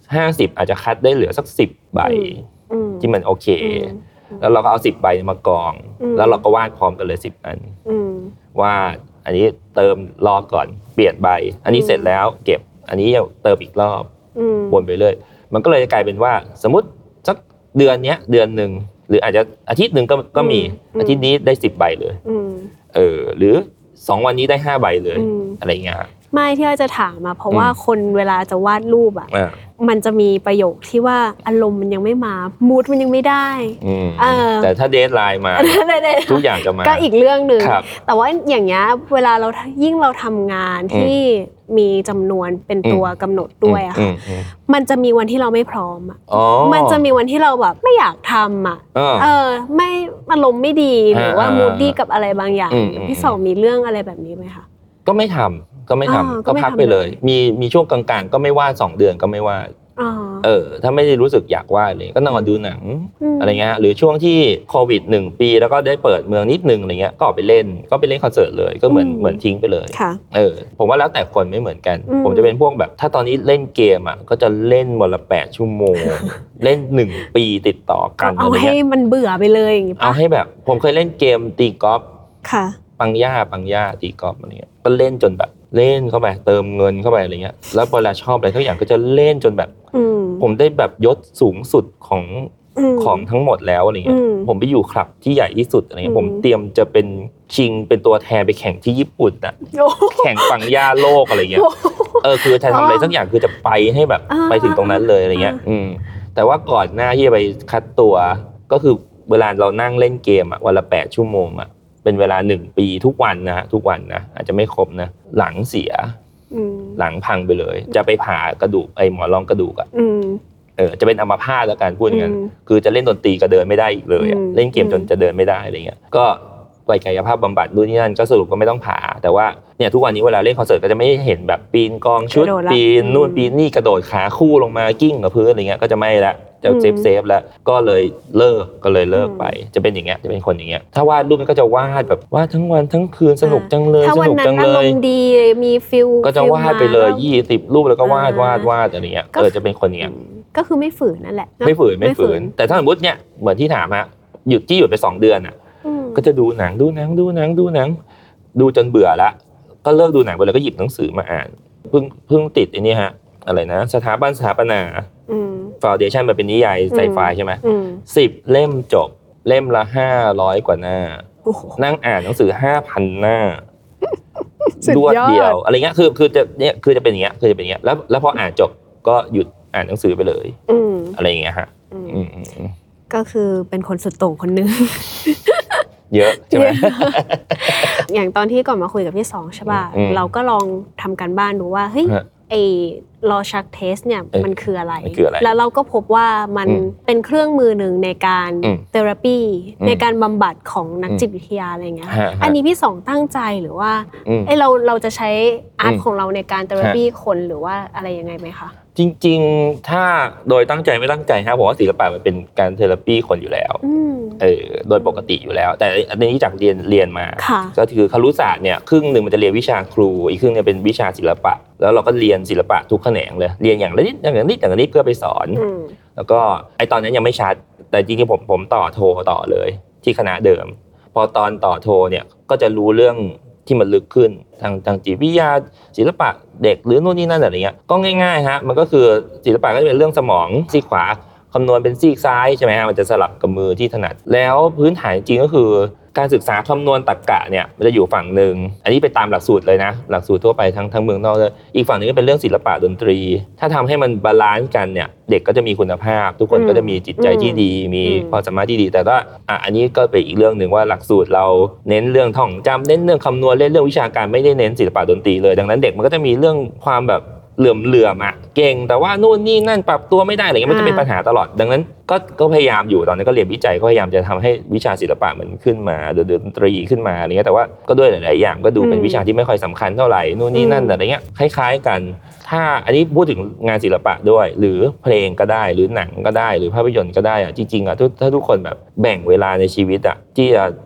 50อาจจะคัดได้เหลือสัก10ใบที่มันโอเคแล้วเราก็เอา10ใบมากองแล้วเราก็วาดพร้อมกันเลย10อันวาดอันนี้เติมรอก่อนเปลี่ยนใบอันนี้เสร็จแล้วเก็บอันนี้เติมอีกรอบวนไปเรื่อยมันก็เลยกลายเป็นว่าสมมติสักเดือนนึงหรืออาจจะอาทิตย์นึงก็มีอาทิตย์นี้ได้10ใบเลยหรือ2วันนี้ได้5ใบเลยอะไรเงี้ยไม่ที่เราจะถามเพราะว่าคนเวลาจะวาดรูปมันจะมีประโยคที่ว่าอารมณ์มันยังไม่มามูดมันยังไม่ได้แต่ถ้าเดดไลน์มาทุกอย่างจะมาก็อีกเรื่องนึงแต่ว่าอย่างเงี้ยเวลาเรายิ่งเราทำงานที่มีจำนวนเป็นตัวกำหนดด้วยอะค่ะมันจะมีวันที่เราไม่พร้อมมันจะมีวันที่เราแบบไม่อยากทำไม่อารมณ์ไม่ดีหรือว่ามูดดี้กับอะไรบางอย่างพี่สองมีเรื่องอะไรแบบนี้ไหมคะก็ไม่ทำก็พักไปเลยมีช่วงกลางๆก็ไม่วาด2เดือนก็ไม่วาดถ้าไม่ได้รู้สึกอยากวาดเลยก็นอนดูหนังอะไรเงี้ยหรือช่วงที่โควิด1ปีแล้วก็ได้เปิดเมืองนิดนึงอะไรเงี้ยก็ออกไปเล่นคอนเสิร์ตเลยก็เหมือนทิ้งไปเลยผมว่าแล้วแต่คนไม่เหมือนกันผมจะเป็นพวกแบบถ้าตอนนี้เล่นเกมก็จะเล่นวันละ8ชั่วโมงเล่น1ปีติดต่อกันเอาให้มันเบื่อไปเลยอย่างงี้ป่ะเอาให้แบบผมเคยเล่นเกมตีกอล์ฟค่ะปังย่าตีกอล์ฟอะไรเงี้ยก็เล่นจนแบบเล่นเข้าไปเติมเงินเข้าไปอะไรเงี้ยแล้วเวลาชอบอะไรทุกอย่างก็จะเล่นจนแบบผมได้แบบยศสูงสุดของทั้งหมดแล้วอะไรเงี้ยผมไปอยู่คลับที่ใหญ่ที่สุดอะไรเงี้ยผมเตรียมจะเป็นชิงเป็นตัวแทนไปแข่งที่ญี่ปุ่นน่ะแข่งปังย่าโลกอะไรเงี้ยคือจะทำอะไรสักอย่างคือจะไปให้แบบไปถึงตรงนั้นเลยอะไรเงี้ยแต่ว่าก่อนหน้าที่จะไปคัดตัวก็คือเวลาเรานั่งเล่นเกมวันละ8ชั่วโมงเป็นเวลา1ปีทุกวันนะอาจจะไม่ครบนะหลังเสียหลังพังไปเลยจะไปผ่ากระดูกหมอนรองกระดูกจะเป็นอัมพาตแล้วกันพูดงั้นคือจะเล่นดนตรีก็เดินไม่ได้อีกเลยเล่นเกมจนจะเดินไม่ได้อะไรเงี้ยก็ไปกายภาพบำบัดนู่นนี่นั่นก็สรุปก็ไม่ต้องผ่าแต่ว่าเนี่ยทุกวันนี้เวลาเล่นคอนเสิร์ตก็จะไม่เห็นแบบปีนกองชุดปีนนู่นปีนนี่กระโดดขาคู่ลงมากิ้งกับพื้นอะไรเงี้ยก็จะไม่ละจะเซฟแล้วก็เลยเลิกไปจะเป็นอย่างเงี้ยจะเป็นคนอย่างเงี้ยถ้าวาดรูปมันก็จะวาดแบบวาดทั้งวันทั้งคืนสนุกจังเลยสนุกจังเลยอารมณ์ดีมีฟิลก็จะวาดไปเลย20รูปแล้วก็วาดอะไรเงี้ยจะเป็นคนอย่างเงี้ยก็คือไม่ฝืนนั่นแหละไม่ฝืนแต่ถ้าสมมติเนี่ยเหมือนที่ถามหยุดไป2เดือนก็จะดูหนังดูจนเบื่อละก็เลิกดูหนังไปเลยก็หยิบหนังสือมาอ่านเพิ่งติดไอ้นี่ฮะอะไรนะสถาปนาFoundation มันเป็นนิยายไซไฟใช่ไหม10 เล่มจบเล่มละ500 กว่าหน้านั่งอ่านหนังสือ 5,000 หน้ารวดเดียวอะไรเงี้ยคือจะเป็นอย่างเงี้ยแล้วพออ่านจบก็หยุดอ่านหนังสือไปเลยอะไรอย่างเงี้ยฮะก็คือเป็นคนสุดโต่งคนนึงเยอะใช่ไหมอย่างตอนที่ก่อนมาคุยกับพี่สองใช่ป่ะเราก็ลองทำการบ้านดูว่าเฮ้ยไอ้ลอชักเทสเนี่ยมันคืออะไรแล้วเราก็พบว่ามันเป็นเครื่องมือหนึ่งในการเทอราปีในการบำบัดของนักจิตวิทยาอะไรเงี้ยอันนี้พี่สองตั้งใจหรือว่าเราจะใช้อาร์ตของเราในการเทอราปีคนหรือว่าอะไรยังไงไหมคะจริงๆถ้าโดยตั้งใจไม่ตั้งใจผมว่าศิลปะมันเป็นการเทอราปีคนอยู่แล้วโดยปกติอยู่แล้วแต่อันนี้จากเรียนมาก็คือครุศาสตร์เนี่ยครึ่งนึงมันจะเรียนวิชาครูอีกครึ่งนึงเป็นวิชาศิลปะแล้วเราก็เรียนศิลปะทุกแขนงเลยเรียนอย่างละนิดอย่างนี้เพื่อไปสอนแล้วก็ไอตอนนั้นยังไม่ชัดแต่จริงๆผมต่อโทต่อเลยที่คณะเดิมพอตอนต่อโทเนี่ยก็จะรู้เรื่องที่มันลึกขึ้นทางจิตวิทยาศิลปะเด็กหรือนู่นนี่นั่นอะไรเงี้ยก็ง่ายๆฮะมันก็คือศิลปะก็จะเป็นเรื่องสมองซีกขวาคำนวณเป็นซีกซ้ายใช่ไหมฮะมันจะสลับกับมือที่ถนัดแล้วพื้นฐานจริงก็คือการศึกษาคำนวณตรรกะเนี่ยมันจะอยู่ฝั่งนึงอันนี้ไปตามหลักสูตรเลยนะหลักสูตรทั่วไปทั้งเมืองนอกเลยอีกฝั่งนึงก็เป็นเรื่องศิลปะดนตรีถ้าทำให้มันบาลานซ์กันเนี่ยเด็กก็จะมีคุณภาพทุกคนก็จะมีจิตใจที่ดีมีความสามารถที่ดีแต่ว่าอันนี้ก็เป็นอีกเรื่องนึงว่าหลักสูตรเราเน้นเรื่องท่องจำเน้นเรื่องคำนวณเรื่องวิชาการไม่ได้เน้นศิลปะดนตรีเลยดังนั้นเด็กมันก็จะมีเรื่องความแบบเหลื่อมเก่งแต่ว่านู่นนี่นั่นปรับตัวไม่ได้อะไรเงี้ยมันจะเป็นปัญหาตลอดดังนั้นก็พยายามอยู่ตอนนั้นก็เรียนวิจัยก็พยายามจะทำให้วิชาศิลปะมันขึ้นมาดนตรีขึ้นมาอะไรเงี้ยแต่ว่าก็ด้วยหลายๆอย่างก็ดูเป็นวิชาที่ไม่ค่อยสำคัญเท่าไหร่นู่นนี่นั่นอะไรเงี้ยคล้ายๆกันถ้าอันนี้พูดถึงงานศิลปะด้วยหรือเพลงก็ได้หรือหนังก็ได้หรือภาพยนตร์ก็ได้จริงๆถ้าทุกคนแบบแบ่งเวลาในชีวิตที่จะ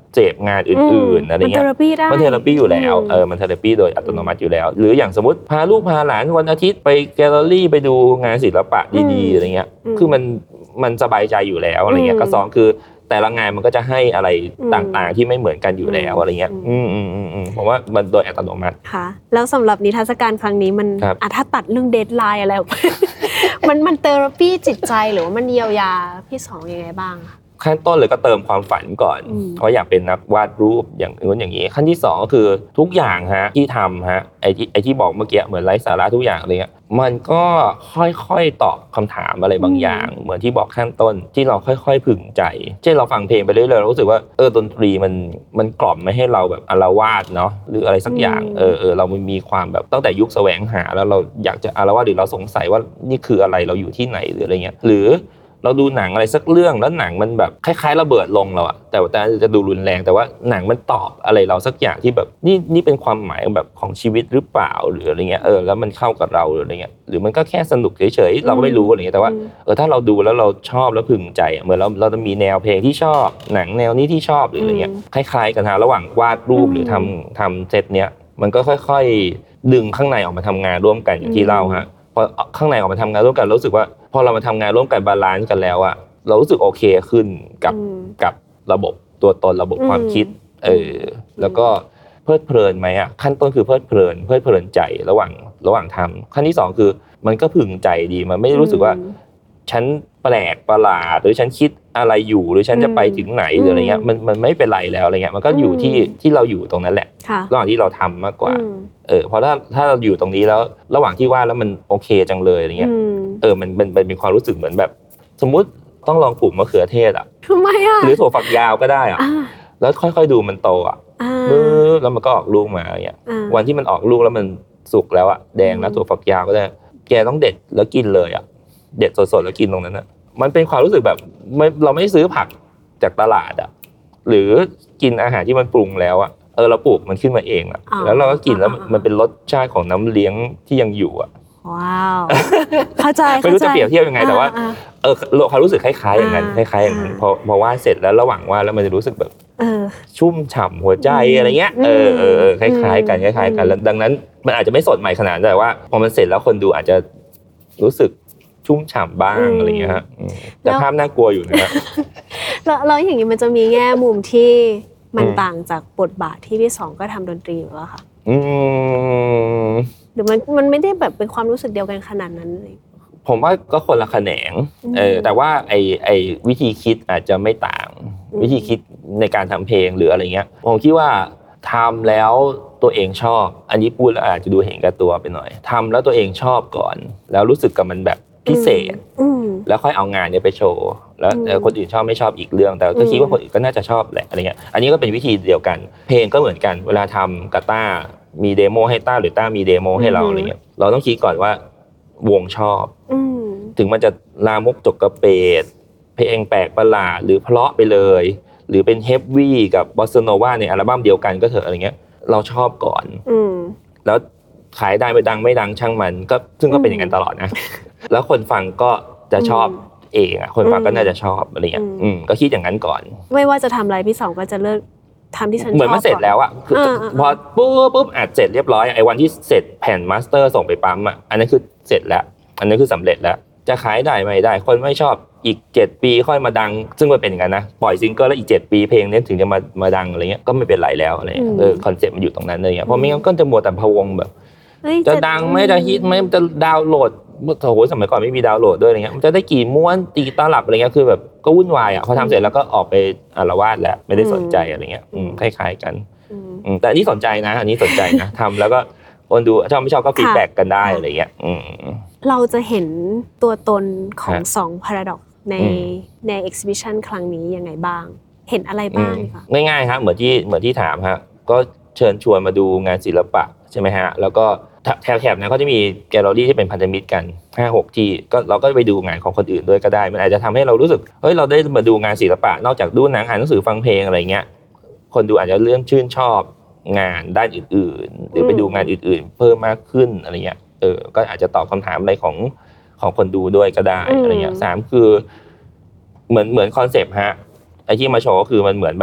เสพงานอื่นๆอะไรเงี้ยมันเทอราปีอยู่แล้วมันเทอราปีโดยอัตโนมัติอยู่แล้วหรืออย่างสมมติพาลูกพาหลานวันอาทิตย์ไปแกลเลอรี่ไปดูงานศิลปะดีๆอะไรเงี้ยคือมันสบายใจอยู่แล้วอะไรเงี้ยก็สองคือแต่ละงานมันก็จะให้อะไรต่างๆที่ไม่เหมือนกันอยู่แล้วอะไรเงี้ยผมว่ามันโดยอัตโนมัติค่ะแล้วสำหรับนิทรรศการครั้งนี้มันถ้าตัดเรื่องเดดไลน์อะไรออกไปมันเทอราปีจิตใจหรือว่ามันเยียวยาพี่สองยังไงบ้างขั้นต้นเลยก็เติมความฝันก่อนเพราะอยากเป็นนักวาดรูปอย่างนู้นอย่างนี้ขั้นที่2ก็คือทุกอย่างฮะที่ทำฮะไอ้ที่บอกเมื่อกี้เหมือนไร้สาระทุกอย่างอะไรเงี้ยมันก็ค่อยๆตอบคำถามอะไรบางอย่างเหมือนที่บอกขั้นต้นที่เราค่อยๆผึ่งใจเช่นเราฟังเพลงไปเรื่อยๆเรารู้สึกว่าดนตรีมันกล่อมไม่ให้เราแบบอาละวาดเนาะหรืออะไรสักอย่างเรามีความแบบตั้งแต่ยุคแสวงหาแล้วเราอยากจะอาละวาดหรือเราสงสัยว่านี่คืออะไรเราอยู่ที่ไหนหรืออะไรเงี้ยหรือเราดูหนังอะไรสักเรื่องแล้วหนังมันแบบคล้ายๆระเบิดลงเราอะแต่จะดูรุนแรงแต่ว่าหนังมันตอบอะไรเราสักอย่างที่แบบนี่เป็นความหมายแบบของชีวิตหรือเปล่าหรืออะไรเงี้ยแล้วมันเข้ากับเราหรืออะไรเงี้ยหรือมันก็แค่สนุกเฉยๆเราก็ไม่รู้อะไรเงี้ยแต่ว่าถ้าเราดูแล้วเราชอบแล้วพึงใจเหมือนเราจะมีแนวเพลงที่ชอบหนังแนวนี้ที่ชอบหรืออะไรเงี้ยคล้ายๆกันฮะระหว่างวาดรูปหรือทำเซตเนี้ยมันก็ค่อยๆดึงข้างในออกมาทำงานร่วมกันอย่างที่เล่าฮะพอข้างในออกมาทำงานร่วมกันรู้สึกว่าพอเรามาทำงานร่วมกันบาลานซ์กันแล้วอะเรารู้สึกโอเคขึ้นกับระบบตัวตนระบบความคิดแล้วก็เพลิดเพลินไหมอะขั้นต้นคือเพลิดเพลินใจระหว่างทำขั้นที่2คือมันก็พึงใจดีมันไม่ได้รู้สึกว่าฉันแปลกประหลาดหรือฉันคิดอะไรอยู่หรือฉันจะไปถึงไหนหรืออะไรเงี้ยมันไม่เป็นไรแล้วอะไรเงี้ยมันก็อยู่ที่เราอยู่ตรงนั้นแหละระหว่างที่เราทำมากกว่าเพราะถ้าเราอยู่ตรงนี้แล้วระหว่างที่วาดแล้วมันโอเคจังเลยอะไรเงี้ยมันเป็นความรู้สึกเหมือนแบบสมมุติต้องลองปลูกมะเขือเทศอ่ะทำไมอ่ะหรือถั่วฝักยาวก็ได้อ่ะแล้วค่อยๆดูมันโตอ่ะแล้วมันก็ออกลูกมาอย่างเงี้ยวันที่มันออกลูกแล้วมันสุกแล้วอ่ะแดงแล้วถั่วฝักยาวก็ได้แกต้องเด็ดแล้วกินเลยอ่ะเด็ดสดๆแล้วกินตรงนั้นอ่ะมันเป็นความรู้สึกแบบเราไม่ซื้อผักจากตลาดอ่ะหรือกินอาหารที่มันปรุงแล้วอ่ะเราปลูกมันขึ้นมาเองอ่ะแล้วเราก็กินแล้วมันเป็นรสชาติของน้ำเลี้ยงที่ยังอยู่อ่ะว้าวเข้าใจไม่รู้จะเปรียบเทียบยังไงแต่ว่าความรู้สึกคล้ายๆอย่างนั้นคล้ายๆอย่างนั้นพอวาดเสร็จแล้วระหว่างวาดแล้วมันจะรู้สึกแบบชุ่มฉ่ำหัวใจอะไรเงี้ยคล้ายๆกันแล้วดังนั้นมันอาจจะไม่สดใหม่ขนาดแต่ว่าพอมันเสร็จแล้วคนดูอาจจะรู้สึกชุ่มฉ่ำบ้างอะไรเงี้ยฮะแต่ภาพน่ากลัวอยู่นะแล้วอย่างนี้มันจะมีแง่มุมที่มันต่างจากบทบาทที่พี่สองก็ทำดนตรีหรือเปล่าคะหรือมันไม่ได้แบบเป็นความรู้สึกเดียวกันขนาดนั้นเลยผมว่าก็คนละแขนงแต่ว่าไอวิธีคิดอาจจะไม่ต่างวิธีคิดในการทำเพลงหรืออะไรเงี้ยผมคิดว่าทำแล้วตัวเองชอบอันนี้พูดแล้วอาจจะดูเห็นแก่ตัวไปหน่อยทำแล้วตัวเองชอบก่อนแล้วรู้สึกกับมันแบบพิเศษแล้วค่อยเอางานนี้ไปโชว์แล้วคนอื่นชอบไม่ชอบอีกเรื่องแต่ก็คิดว่าคนอื่นก็น่าจะชอบแหละอะไรเงี้ยอันนี้ก็เป็นวิธีเดียวกันเพลงก็เหมือนกันเวลาทำกับต้ามีเดโมให้ต้าหรือต้ามีเดโมให้เราอะไรเงี้ยเราต้องคิดก่อนว่าวงชอบถึงมันจะลามกจกกระเปดเพลงแปลกประหลาดหรือเพราะไปเลยหรือเป็นเฮฟวี่กับบอสซาโนวาในอัลบั้มเดียวกันก็เถอะอะไรเงี้ยเราชอบก่อนแล้วขายได้ไม่ดังไม่ดังช่างมันก็ซึ่งก็เป็นอย่างนั้นตลอดนะแล้วคนฟังก็จะชอบเองอ่ะคนฟังก็น่าจะชอบอะไรเงี้ยก็คิดอย่างนั้นก่อนไม่ว่าจะทำอะไรพี่สองก็จะเลิกทำที่ฉันชอบเหมือนมันเสร็จแล้วอ่ะพอปุ๊บอัดเสร็จเรียบร้อยไอ้วันที่เสร็จแผ่นมาสเตอร์ส่งไปปั๊มอ่ะอันนั้นคือเสร็จแล้วอันนั้นคือสำเร็จแล้วจะขายได้ไม่ได้คนไม่ชอบอีก7ปีค่อยมาดังซึ่งมันเป็นอย่างนั้นนะปล่อยซิงเกิลแล้วอีก7ปีเพลงนี้ถึงจะมาดังอะไรเงี้ยก็ไม่เป็นไรแล้วอะไรคอนเซ็ปต์มันอยู่ตรงนั้นเลยเพราะไม่งั้นก็จะมัวแต่พะวงแบบจะดังไม่จะฮิตไม่จะดาวน์โหลดโอ้โหสมัยก่อนไม่มีดาวน์โหลดด้วยอะไรเงี้ยมันจะได้กี่ม้วนตีตลับอะไรเงี้ยคือแบบก็วุ่นวายอ่ะพอทำเสร็จแล้วก็ออกไปอาละวาดแล้วไม่ได้สนใจอะไรเงี้ยคล้ายๆกันแต่อันนี้สนใจนะอันนี้สนใจนะทำแล้วก็คนดูชอบไม่ชอบก็ฟีดแบ็กกันได้อะไรเงี้ยเราจะเห็นตัวตนของ2 Paradox ใน exhibition ครั้งนี้ยังไงบ้างเห็นอะไรบ้างคะง่ายๆครับเหมือนที่ถามฮะก็เชิญชวนมาดูงานศิลปะใช่ไหมฮะแล้วก็แถบนั้นเขาจะมีแกลเลอรี่ที่เป็นพันธมิตรกัน 5-6 ที่ก็เราก็ไปดูงานของคนอื่นด้วยก็ได้มันอาจจะทำให้เรารู้สึกเฮ้ยเราได้มาดูงานศิลปะนอกจากดูหนังอ่านหนังสือฟังเพลงอะไรเงี้ยคนดูอาจจะเริ่มชื่นชอบงานด้านอื่นๆหรือไปดูงานอื่นๆเพิ่มมากขึ้นอะไรเงี้ยก็อาจจะตอบคำถามอะไรของคนดูด้วยก็ได้อะไรเงี้ย3คือเหมือนคอนเซปต์ฮะไอ้ที่มาโชว์ก็คือมันเหมือนแบบเ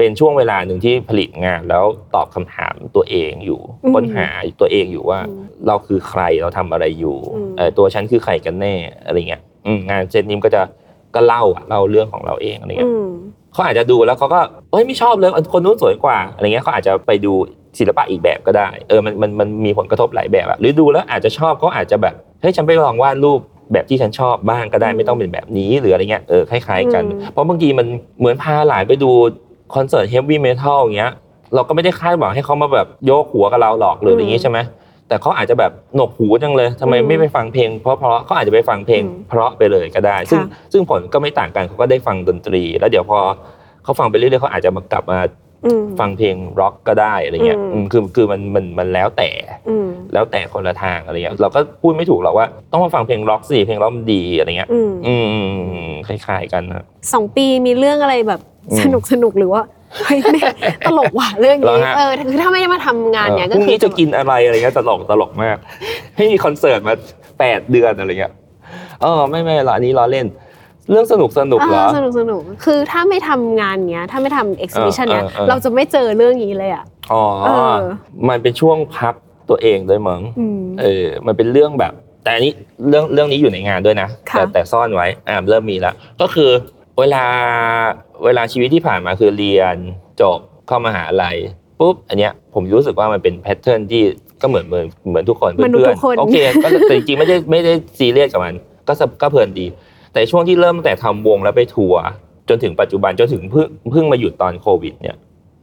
เป็นช่วงเวลาหนึ่งที่ผลิตงานแล้วตอบคำถามตัวเองอยู่ค้นหาตัวเองอยู่ว่าเราคือใครเราทำอะไรอยู่ตัวฉันคือใครกันแน่อะไรเงี้ยงานเซตนี้ก็เล่าเรื่องของเราเองอะไรเงี้ยเขาอาจจะดูแล้วเขาก็ไม่ชอบเลยคนนู้นสวยกว่าอะไรเงี้ยเขาอาจจะไปดูศิลปะอีกแบบก็ได้มันมีผลกระทบหลายแบบอะหรือดูแล้วอาจจะชอบเขาอาจจะแบบเฮ้ยฉันไปลองวาดรูปแบบที่ฉันชอบบ้างก็ได้ไม่ต้องเป็นแบบนี้หรืออะไรเงี้ยคล้ายๆกันเพราะบางทีมันเหมือนพาหลานไปดูคอนเสิร์ตเฮฟวี่เมทัลอย่างเงี้ยเราก็ไม่ได้คาดหวังให้เขามาแบบโยกหัวกับเราหรอกหรืออย่างงี้ใช่ไหมแต่เขาอาจจะแบบหนวกหูจังเลยทำไมไม่ไปฟังเพลงเพราะเขาอาจจะไปฟังเพลงเพราะไปเลยก็ได้ซึ่งผลก็ไม่ต่างกันเขาก็ได้ฟังดนตรีแล้วเดี๋ยวพอเขาฟังไปเรื่อยๆเขาอาจจะมากลับมาฟังเพลงร็อกก็ได้อะไรเงี้ยคือมันแล้วแต่คนละทางอะไรเงี้ยเราก็พูดไม่ถูกหรอกว่าต้องมาฟังเพลงร็อกสิเพลงร็อกมันดีอะไรเงี้ยคล้ายๆกันนะ 2 ปีมีเรื่องอะไรแบบสนุกหรือว่าเฮ้ยแม่ตลกว่ะเรื่องนี้คือถ้าไม่ได้มาทำงานเนี้ยก็คือจะกินอะไรเงี้ยตลกมากให้มีคอนเสิร์ตมา8 เดือนอะไรเงี้ยไม่หรอกอันนี้ล้อเล่นเรื่องสนุกเหรอสนุกคือถ้าไม่ทำงานเนี้ยถ้าไม่ทำ exhibition เนี้ยเราจะไม่เจอเรื่องนี้เลยอ่ะมันเป็นช่วงพักตัวเองด้วยมั้งมันเป็นเรื่องแบบแต่อันนี้เรื่องนี้อยู่ในงานด้วยนะแต่ซ่อนไว้เริ่มมีแล้วก็คือเวลาชีวิตที่ผ่านมาคือเรียนจบเข้ามหาลัยปุ๊บอันเนี้ยผมรู้สึกว่ามันเป็นแพทเทิร์นที่ก็เหมือนทุกคนเพื่อนโอเคก็จริงๆไม่ได้ซีเรียสกับมันก็เพลินดีแต่ช่วงที่เริ่มตั้งแต่ทำวงแล้วไปทัวร์จนถึงปัจจุบันจนถึงเพิ่งมาหยุดตอนโควิดเนี่ย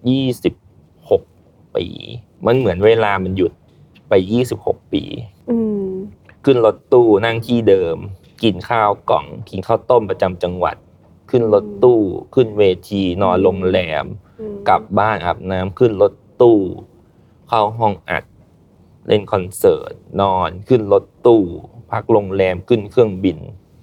26 ปีมันเหมือนเวลามันหยุดไป26 ปีขึ้นรถตู้นั่งที่เดิมกินข้าวกล่องกินข้าวต้มประจำจังหวัดขึ้นรถตู้ขึ้นเวทีนอนโรงแรมกลับบ้านอาบน้ำขึ้นรถตู้เข้าห้องอัดเล่นคอนเสิร์ตนอนขึ้นรถตู้พักโรงแรมขึ้นเครื่องบิน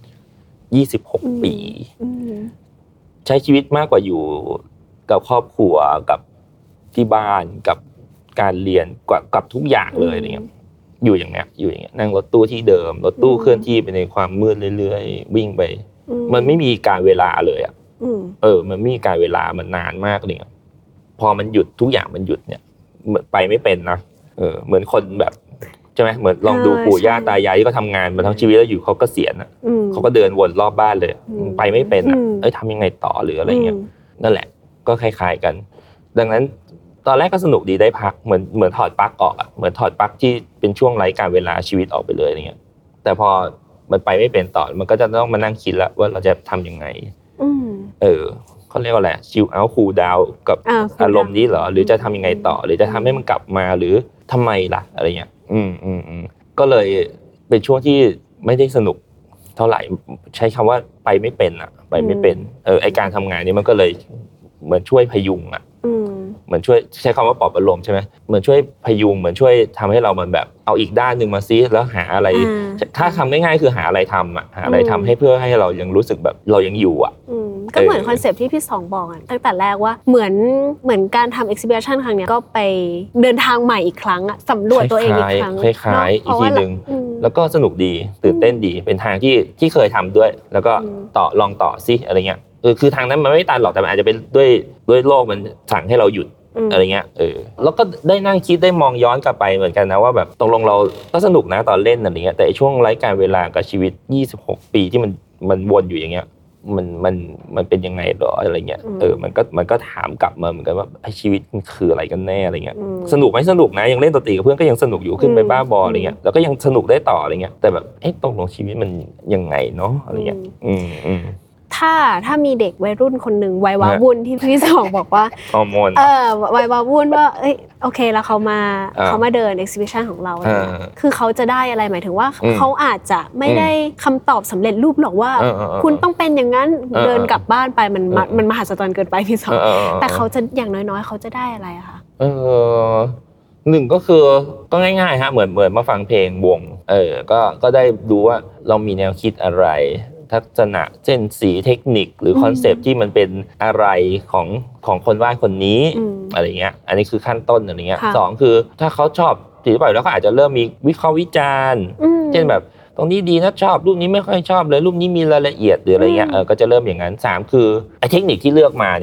26 ปีใช้ชีวิตมากกว่าอยู่กับครอบครัวกับที่บ้านกับการเรียนกับทุกอย่างเลยอะไรเงี้ยอยู่อย่างเงี้ยนั่งรถตู้ที่เดิมรถตู้เคลื่อนที่ไปในความมืดเรื่อยๆวิ่งไปมันไม่มีการเวลาเลยอ่ะมันไม่มีการเวลามันนานมากเลยพอมันหยุดทุกอย่างมันหยุดเนี่ยไปไม่เป็นนะเหมือนคนแบบใช่ไหมเหมือนลองดูปู่ย่าตายายที่เขาทำงานมาทั้งชีวิตแล้วอยู่เขาก็เสียนะเขาก็เดินวนรอบบ้านเลยไปไม่เป็นอ่ะทำยังไงต่อหรืออะไรเงี้ยนั่นแหละก็คล้ายๆกันดังนั้นตอนแรกก็สนุกดีได้พักเหมือนถอดปลั๊กออกอ่ะเหมือนถอดปลั๊กที่เป็นช่วงไร้การเวลาชีวิตออกไปเลยอะไรเงี้ยแต่พอมันไปไม่เป็นต่อมันก็จะต้องมานั่งคิดแล้วว่าเราจะทำยังไงเขาเรียกว่าอะไรชิลเอาท์คูลดาวน์กับอารมณ์นี้เหรอหรือจะทำยังไงต่อหรือจะทำให้มันกลับมาหรือทำไมล่ะอะไรเงี้ยก็เลยเป็นช่วงที่ไม่ได้สนุกเท่าไหร่ใช้คำว่าไปไม่เป็นอ่ะไปไม่เป็นไอการทำงานนี้มันก็เลยเหมือนช่วยพยุงอ่ะเหมือนช่วยใช้คำว่าปลอบประโลมใช่ไหมเหมือนช่วยพยุงเหมือนช่วยทำให้เรามันแบบเอาอีกด้านนึงมาซิแล้วหาอะไรถ้าทำง่ายๆคือหาอะไรทำอ่ะหาอะไรทำให้เพื่อให้เรายังรู้สึกแบบเรายังอยู่อ่ะก็เหมือนคอนเซปต์ที่พี่สองบอกอ่ะตั้งแต่แรกว่าเหมือนการทำ exhibition ครั้งนี้ก็ไปเดินทางใหม่อีกครั้งอ่ะสำรวจตัวเองอีกครั้งคล้ายๆอีกทีนึงแล้วก็สนุกดีตื่นเต้นดีเป็นทางที่เคยทำด้วยแล้วก็ลองต่อซิอะไรเงี้ยคือทางนั้นมันไม่ตันหรอกแต่มันอาจจะเป็นด้วยโลกมันสั่งให้เราหยุดอะไรเงี้ยแล้วก็ได้นั่งคิดได้มองย้อนกลับไปเหมือนกันนะว่าแบบตกลงเราก็สนุกนะตอนเล่นอะไรเงี้ยแต่ช่วงไร้การเวลากับชีวิต26 ปีที่มันวนอยู่อย่างเงี้ยมันเป็นยังไงหรออะไรเงี้ยมันก็ถามกลับมาเหมือนกันว่าชีวิตมันคืออะไรกันแน่อะไรเงี้ยสนุกไหมสนุกนะยังเล่นดนตรีกับเพื่อนก็ยังสนุกอยู่ขึ้นไปบ้าบออะไรเงี้ยแล้วก็ยังสนุกได้ต่ออะไรเงี้ยแต่แบบตกลงชีวิตมันยังไงเนาะอะไรเงี้ยถ้ามีเด็กวัยรุ่นคนหนึ่งวัยวาวุ่นที่พี่สองบอกว่าฮอร์โมนวัยวาวุ่นว่าโอเคแล้วเขามาเดิน exhibition ของเราคือเขาจะได้อะไรหมายถึงว่าเขาอาจจะไม่ได้คำตอบสำเร็จรูปหรอกว่าคุณต้องเป็นอย่างนั้นเดินกลับบ้านไปมันมหัศจรรย์เกินไปพี่สองแต่เขาจะอย่างน้อยๆเขาจะได้อะไรอะคะหนึ่งก็คือก็ง่ายๆฮะเหมือนมาฟังเพลงวงก็ได้ดูว่าเรามีแนวคิดอะไรทักษณะเส้นสีเทคนิคหรือคอนเซปต์ที่มันเป็นอะไรของคนวาดคนนี้อะไรเงี้ยอันนี้คือขั้นต้นอะไรเงี้ยสองคือถ้าเขาชอบศิลปะแล้วเขาอาจจะเริ่มมีวิเคราะห์วิจารณ์เช่นแบบตรงนี้ดีนะชอบรูปนี้ไม่ค่อยชอบเลยรูปนี้มีรายละเอียดหรืออะไรเงี้ยก็จะเริ่มอย่างนั้น3คือไอ้เทคนิคที่เลือกมาเนี่ย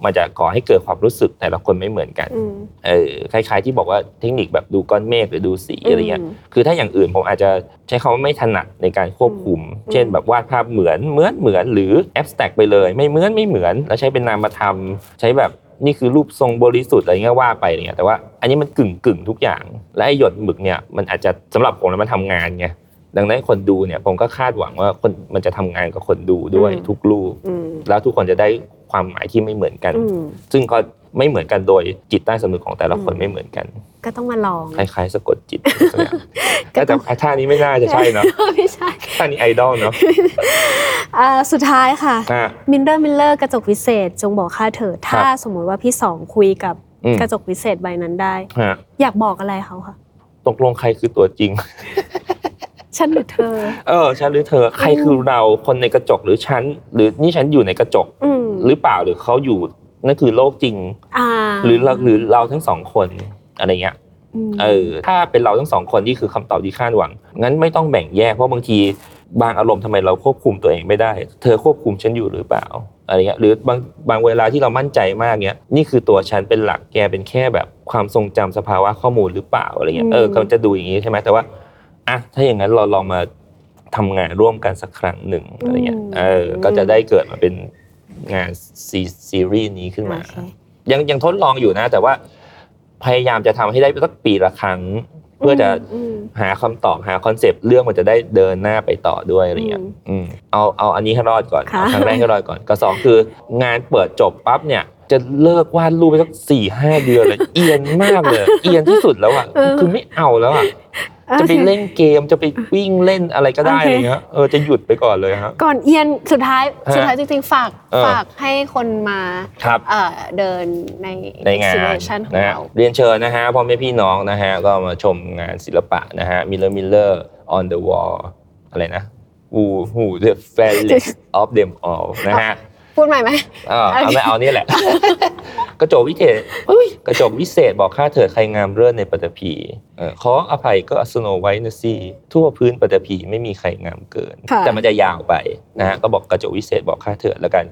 มันจะก่อให้เกิดความรู้สึกแต่ละคนไม่เหมือนกันคล้ายๆที่บอกว่าเทคนิคแบบดูก้อนเมฆหรือดูสีอะไรเงี้ยคือถ้าอย่างอื่นผมอาจจะใช้คำว่าไม่ถนัดในการควบคุมเช่นแบบวาดภาพเหมือนหรือแอบสแต็กไปเลยไม่เหมือนแล้วใช้เป็นนามธรรมใช้แบบนี่คือรูปทรงบริสุทธิ์อะไรเงี้ยว่าไปอะไรเงี้ยแต่ว่าอันนี้มันกึ่งทุกอย่างและไอ้หยดหมึกเนี่ยมันอาจจะสำหรับผมแล้วมันทำงานไงดังนั้นคนดูเนี่ยผมก็คาดหวังว่าคนมันจะทำงานกับคนดูด้วยทุกรูปแล้วทุกคนจะได้ความหมายที่ไม่เหมือนกันซึ่งก็ไม่เหมือนกันโดยจิตใต้สำนึกของแต่ละคนไม่เหมือนกันก็ต้องมาลองคล้ายๆสะกดจิตแต่ท่านี้ไม่น่าจะใช่เนาะไม่ใช่ท่านี้ไอดอลเนาะสุดท้ายค่ะมิลเลอร์กระจกวิเศษจงบอกข้าเถิดถ้าสมมติว่าพี่สองคุยกับกระจกวิเศษใบนั้นได้อยากบอกอะไรเขาคะตกลงใครคือตัวจริงฉันหรือเธอฉันหรือเธอใครคือเราคนในกระจกหรือฉันหรือนี่ฉันอยู่ในกระจกหรือเปล่าหรือเขาอยู่นั่นคือโลกจริงหรือเราทั้งสองคนอะไรเงี้ยถ้าเป็นเราทั้งสองคนนี่คือคำตอบที่คาดหวังงั้นไม่ต้องแบ่งแยกเพราะบางทีบางอารมณ์ทำไมเราควบคุมตัวเองไม่ได้เธอควบคุมฉันอยู่หรือเปล่าอะไรเงี้ยหรือบางเวลาที่เรามั่นใจมากเงี้ยนี่คือตัวฉันเป็นหลักแกเป็นแค่แบบความทรงจำสภาวะข้อมูลหรือเปล่าอะไรเงี้ยเขาจะดูอย่างนี้ใช่ไหมแต่ว่าถ้าอย่างนั้นเราลองมาทำงานร่วมกันสักครั้งหนึ่งอะไรเงี้ยก็จะได้เกิดมาเป็นงานซีรีส์นี้ขึ้นมายังทดลองอยู่นะแต่ว่าพยายามจะทำให้ได้สักปีละครั้งเพื่อจะหาคำตอบหาคอนเซปต์เรื่องมันจะได้เดินหน้าไปต่อด้วยอะไรเงี้ยเอาอันนี้ให้รอดก่อนครั้งแรกให้รอดก่อนก็สองคืองานเปิดจบปั๊บเนี่ยจะเลิกวาดรูปไปสัก 4-5 เดือนเลยเอียนมากเลยเอียนที่สุดแล้วอ่ะคือไม่เอาแล้วอ่ะจะไปเล่นเกมจะไปวิ่งเล่นอะไรก็ได้อะไรเงี้ยจะหยุดไปก่อนเลยครับก่อนเอียนสุดท้ายจริงๆฝากให้คนมาเดินในงานนะฮะเรียนเชิญนะฮะพ่อแม่พี่น้องนะฮะก็มาชมงานศิลปะนะฮะ Miller on the wall อะไรนะ Who the fairest of them all นะฮะพูดใหม่ไหมไม่เอานี่แหละกระจกวิเศษกระจกวิเศษบอกข้าเถิดใครงามเลิศในปฐพีขออภัยก็สโนไวท์นะสิทั่วพื้นปฐพีไม่มีใครงามเกินแต่มันจะยาวไปนะฮะก็บอกกระจกวิเศษบอกข้าเถิดแล้วกัน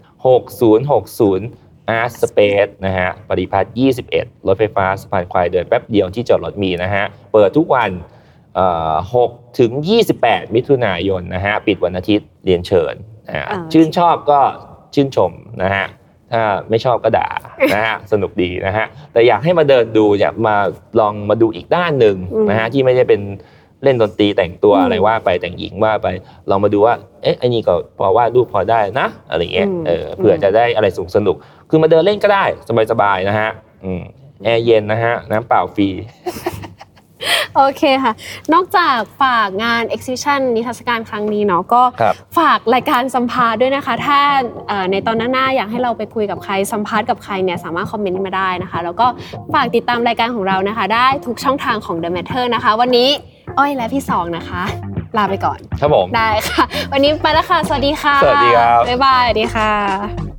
6060 Art Space นะฮะปฏิภาณ21รถไฟฟ้าสะพานควายเดินแป๊บเดียวที่จอดรถมีนะฮะเปิดทุกวัน6 ถึง 28 มิถุนายนนะฮะปิดวันอาทิตย์เรียนเชิญชื่นชอบก็ชื่นชมนะฮะถ้าไม่ชอบก็ด่านะฮะสนุกดีนะฮะแต่อยากให้มาเดินดูอยากมาลองมาดูอีกด้านหนึ่งนะฮะที่ไม่ได้เป็นเล่นดนตรีแต่งตัวอะไรว่าไปแต่งหญิงว่าไปลองมาดูว่าไอ้นี่ก็พอวาดรูปพอได้นะอะไรเงี้ยเผื่อจะได้อะไรสนุกคือมาเดินเล่นก็ได้สบายๆนะฮะแอร์เย็นนะฮะน้ำเปล่าฟรีโอเคค่ะนอกจากฝากงาน Exhibition นิทรรศการครั้งนี้เนาะก็ฝากรายการสัมภาษณ์ด้วยนะคะถ้าในตอนหน้าอยากให้เราไปคุยกับใครสัมภาษณ์กับใครเนี่ยสามารถคอมเมนต์มาได้นะคะแล้วก็ฝากติดตามรายการของเรานะคะได้ทุกช่องทางของ The Matter นะคะวันนี้อ้อยและพี่สองนะคะลาไปก่อนครับผมได้ค่ะวันนี้ไปแล้วค่ะสวัสดีค่ะสวัสดีครับบ๊ายบายสวัสดีค่ะ